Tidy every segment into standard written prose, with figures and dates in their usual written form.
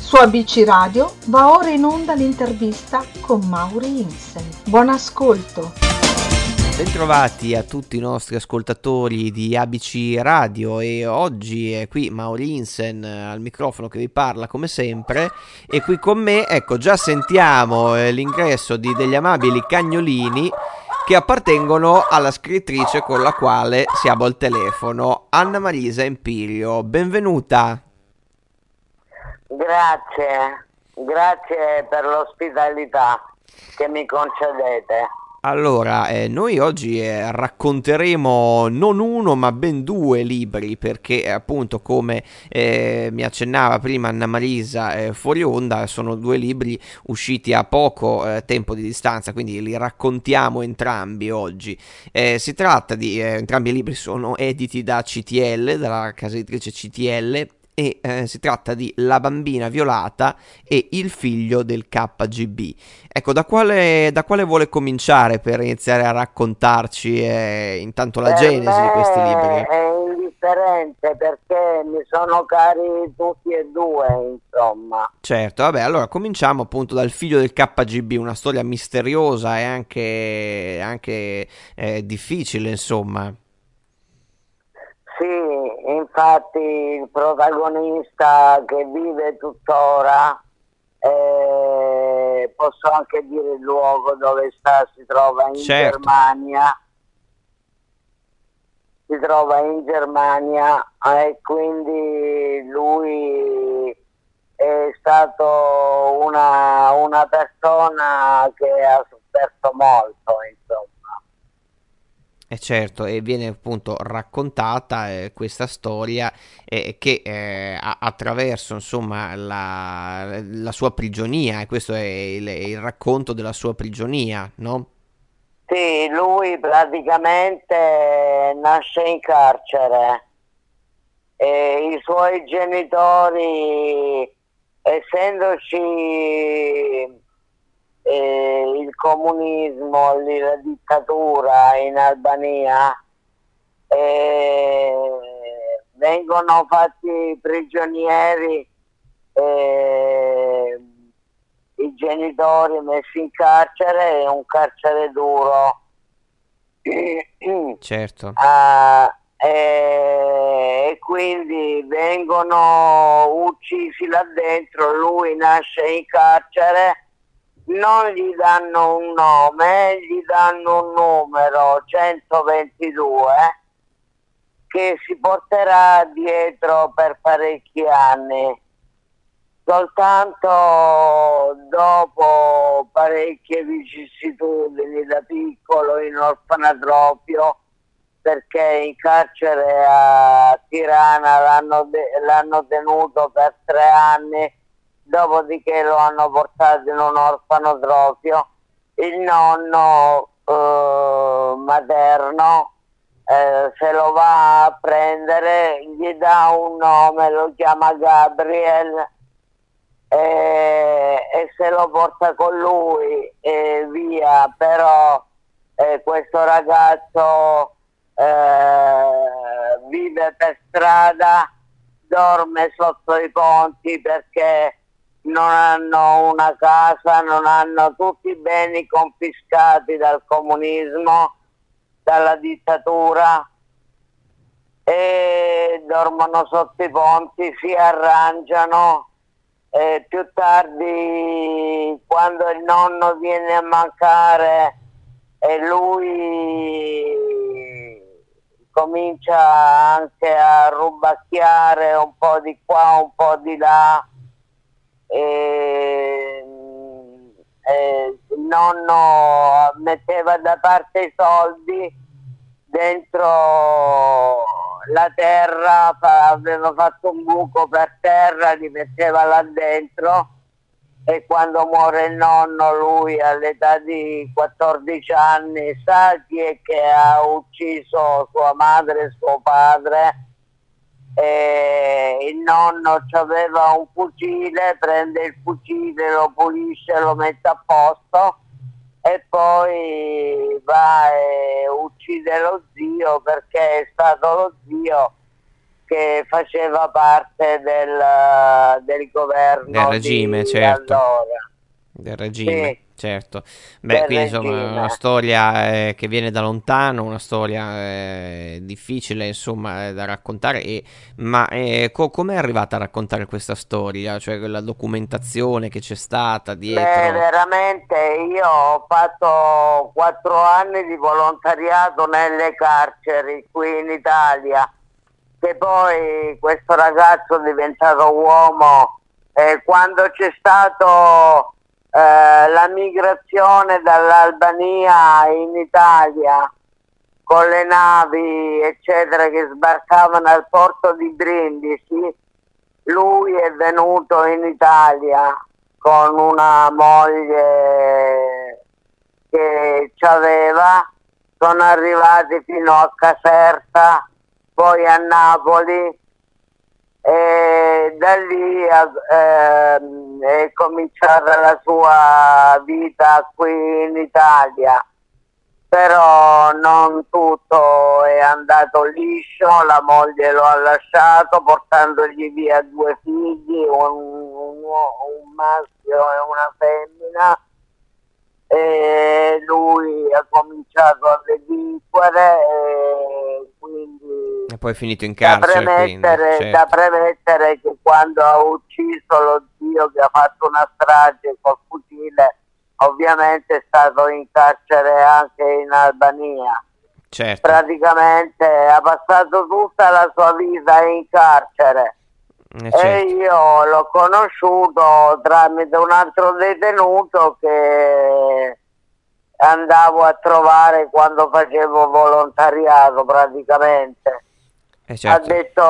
Su ABC Radio va ora in onda l'intervista con Mauri Insen. Buon ascolto. Bentrovati a tutti i nostri ascoltatori di ABC Radio, e oggi è qui Mauri Insen al microfono che vi parla come sempre, e qui con me, ecco, già sentiamo l'ingresso degli amabili cagnolini che appartengono alla scrittrice con la quale siamo al telefono, Anna Marisa Empirio. Benvenuta. Grazie per l'ospitalità che mi concedete. Allora, noi oggi racconteremo non uno ma ben due libri, perché appunto, come mi accennava prima Anna Marisa fuori onda, sono due libri usciti a poco tempo di distanza, quindi li raccontiamo entrambi oggi. Si tratta di entrambi i libri sono editi da CTL, dalla casa editrice CTL, e si tratta di La bambina violata e Il figlio del KGB. Ecco, da quale vuole cominciare per iniziare a raccontarci intanto la Per genesi di questi me libri? è indifferente perché mi sono cari tutti e due, insomma. Certo, vabbè, allora cominciamo appunto dal figlio del KGB, una storia misteriosa e anche difficile, insomma. Sì, infatti il protagonista che vive tuttora, posso anche dire il luogo dove sta, Certo. si trova in Germania, e quindi lui è stato una persona che ha sofferto molto, insomma. E certo, e viene appunto raccontata questa storia che attraverso insomma la sua prigionia, e questo è il racconto della sua prigionia, no? Sì, lui praticamente nasce in carcere e i suoi genitori, essendoci il comunismo, la dittatura in Albania, vengono fatti prigionieri, eh, i genitori messi in carcere, è un carcere duro. Certo. E quindi vengono uccisi là dentro, lui nasce in carcere, non gli danno un nome, gli danno un numero 122 che si porterà dietro per parecchi anni. Soltanto dopo parecchie vicissitudini, da piccolo in orfanatrofio, perché in carcere a Tirana l'hanno tenuto per 3 anni, dopodiché lo hanno portato in un orfanotrofio. Il nonno materno se lo va a prendere, gli dà un nome, lo chiama Gabriel, e se lo porta con lui via. Però questo ragazzo vive per strada, dorme sotto i ponti perché non hanno una casa, non hanno tutti i beni confiscati dal comunismo, dalla dittatura, e dormono sotto i ponti, si arrangiano. Più tardi, quando il nonno viene a mancare, e lui comincia anche a rubacchiare un po' di qua, un po' di là, e il nonno metteva da parte i soldi dentro la terra, aveva fatto un buco per terra, li metteva là dentro, e quando muore il nonno, lui all'età di 14 anni sa chi è che ha ucciso sua madre e suo padre. Il nonno aveva un fucile, prende il fucile, lo pulisce, lo mette a posto e poi va e uccide lo zio, perché è stato lo zio che faceva parte del Del governo regime, di certo. allora. Del regime, Sì, certo. Beh, del quindi insomma è una regime. storia che viene da lontano, una storia difficile insomma da raccontare, ma come è arrivata a raccontare questa storia? Cioè la documentazione che c'è stata Beh, dietro? veramente io ho fatto 4 anni di volontariato nelle carceri qui in Italia, che poi questo ragazzo è diventato uomo quando c'è stato la migrazione dall'Albania in Italia con le navi eccetera che sbarcavano al porto di Brindisi. Lui è venuto in Italia con una moglie che c'aveva, sono arrivati fino a Caserta, poi a Napoli e da lì è cominciata la sua vita qui in Italia. Però non tutto è andato liscio, la moglie lo ha lasciato portandogli via 2 figli, un maschio e una femmina, e lui ha cominciato a delinquere e quindi E poi è finito in carcere, quindi, da certo. premettere che quando ha ucciso lo zio che ha fatto una strage col fucile, ovviamente è stato in carcere anche in Albania. Certo, Praticamente ha passato tutta la sua vita in carcere e certo. io l'ho conosciuto tramite un altro detenuto che andavo a trovare quando facevo volontariato praticamente. Ha Certo. detto: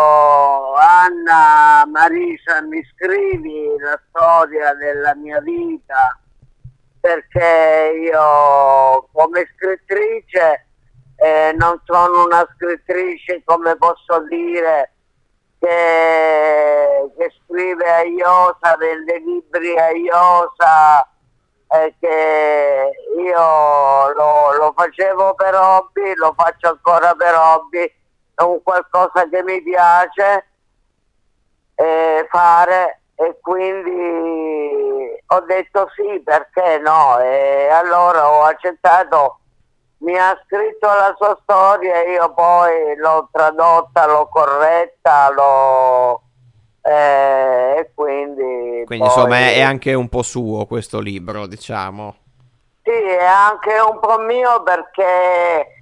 Anna, Marisa, mi scrivi la storia della mia vita, perché io come scrittrice non sono una scrittrice, come posso dire, che scrive a iosa, vende libri a iosa, che io lo facevo per hobby, lo faccio ancora per hobby, è un qualcosa che mi piace fare e quindi ho detto sì, perché no? E allora ho accettato, mi ha scritto la sua storia, io poi l'ho tradotta, l'ho corretta, e quindi Quindi insomma è poi anche un po' suo questo libro, diciamo. sì, è anche un po' mio perché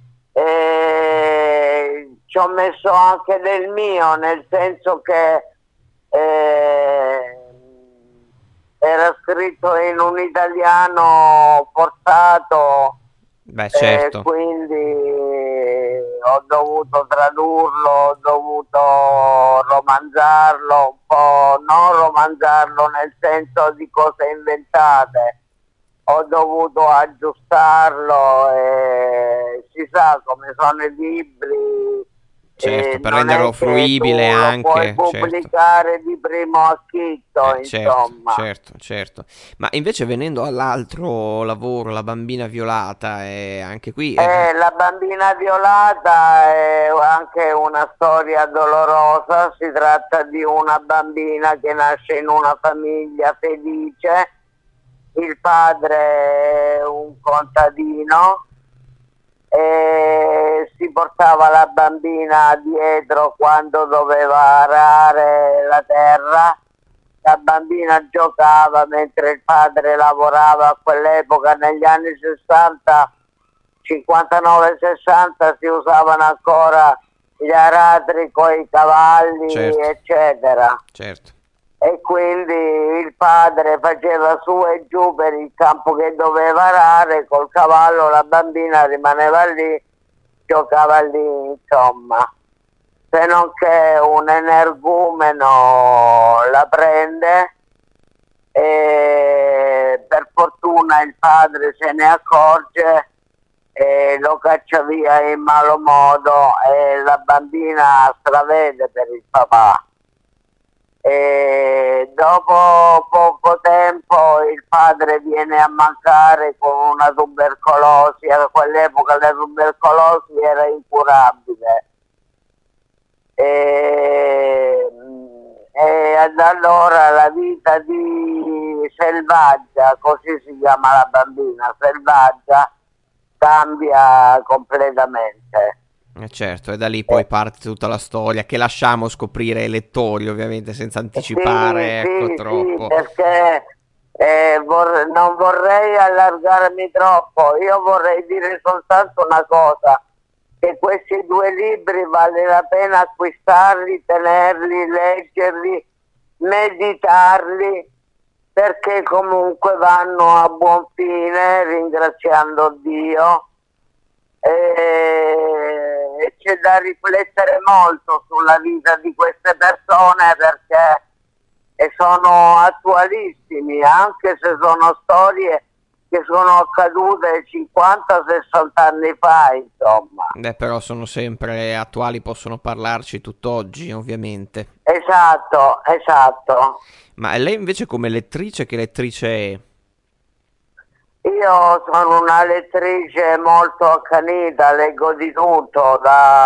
ci ho messo anche del mio, nel senso che eh, era scritto in un italiano forzato, Beh, certo. quindi ho dovuto tradurlo, ho dovuto romanzarlo un po', non romanzarlo nel senso di cose inventate, ho dovuto aggiustarlo e si sa come sono i libri, Certo, per non renderlo è che tu fruibile lo puoi anche, certo. pubblicare di primo acchito, Certo, insomma. certo, certo. Ma invece venendo all'altro lavoro, La bambina violata, anche qui La bambina violata è anche una storia dolorosa, si tratta di una bambina che nasce in una famiglia felice, il padre è un contadino e si portava la bambina dietro quando doveva arare la terra. La bambina giocava mentre il padre lavorava a quell'epoca, negli anni 60, 59-60 si usavano ancora gli aratri con i cavalli, certo, eccetera. certo. E quindi il padre faceva su e giù per il campo che doveva arare col cavallo, la bambina rimaneva lì, giocava lì, insomma. Se non che un energumeno la prende e per fortuna il padre se ne accorge e lo caccia via in malo modo e la bambina stravede per il papà. E dopo poco tempo il padre viene a mancare con una tubercolosi, a quell'epoca la tubercolosi era incurabile E, allora la vita di Selvaggia, così si chiama la bambina, Selvaggia, cambia completamente. Certo, e da lì poi Eh, parte tutta la storia che lasciamo scoprire ai lettori, ovviamente, senza sì, anticipare, ecco, sì, sì, troppo. perché non vorrei allargarmi troppo, io vorrei dire soltanto una cosa, che questi due libri vale la pena acquistarli, tenerli, leggerli, meditarli, perché comunque vanno a buon fine, ringraziando Dio, e c'è da riflettere molto sulla vita di queste persone perché sono attualissimi, anche se sono storie che sono accadute 50-60 anni fa, insomma. Però sono sempre attuali, possono parlarci tutt'oggi, ovviamente. Esatto, esatto. Ma lei invece come lettrice, che lettrice è? Io sono una lettrice molto accanita, leggo di tutto,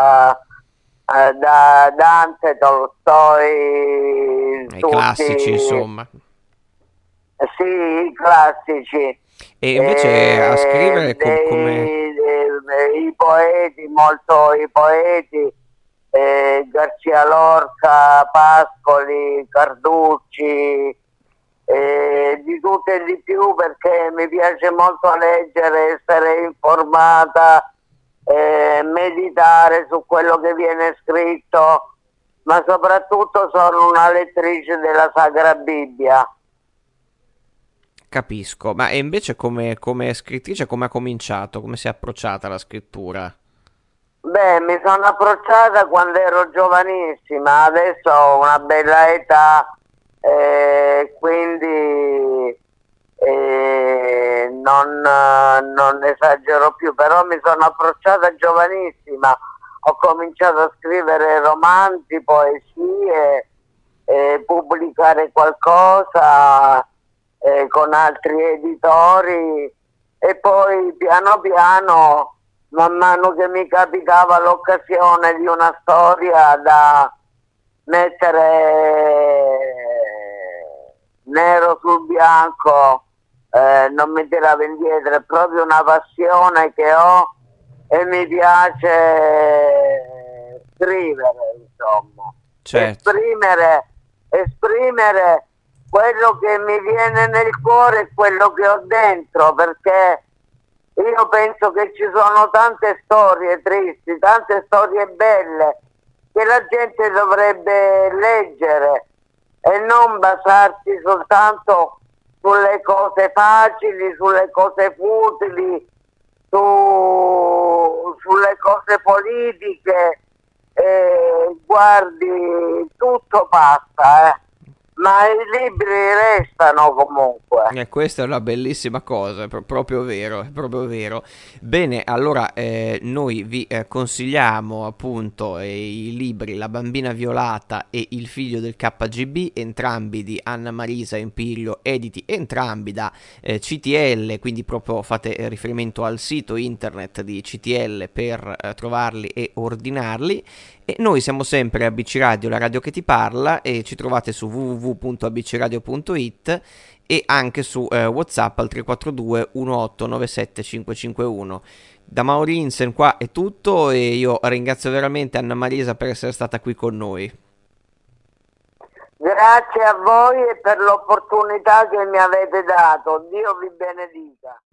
da Dante, Tolstoi, I tutti, classici, insomma. sì, i classici, E invece a scrivere come... i poeti, molto i poeti, Garcia Lorca, Pascoli, Carducci, di tutto e di più perché mi piace molto leggere, essere informata, meditare su quello che viene scritto, ma soprattutto sono una lettrice della Sacra Bibbia. Capisco, ma e invece come scrittrice come ha cominciato? Come si è approcciata alla scrittura? Beh, mi sono approcciata quando ero giovanissima, adesso ho una bella età, quindi non esagero più, però mi sono approcciata giovanissima, ho cominciato a scrivere romanzi, poesie, pubblicare qualcosa con altri editori e poi piano piano, man mano che mi capitava l'occasione di una storia da mettere nero sul bianco, non mi tiravo indietro, è proprio una passione che ho e mi piace scrivere, insomma, Certo. esprimere quello che mi viene nel cuore e quello che ho dentro, perché io penso che ci sono tante storie tristi, tante storie belle che la gente dovrebbe leggere e non basarsi soltanto sulle cose facili, sulle cose futili, sulle cose politiche. Guardi, tutto passa, ma i libri restano comunque. Questa è una bellissima cosa, è proprio vero, è proprio vero. Bene, allora noi vi consigliamo appunto i libri La bambina violata e Il figlio del KGB, entrambi di Anna Marisa Empirio, editi entrambi da CTL, quindi proprio fate riferimento al sito internet di CTL per trovarli e ordinarli. E noi siamo sempre ABC Radio, la radio che ti parla, e ci trovate su www.abcradio.it e anche su WhatsApp al 342 1897 551. Da Mauri Insen qua è tutto e io ringrazio veramente Anna Marisa per essere stata qui con noi. Grazie a voi e per l'opportunità che mi avete dato. Dio vi benedica.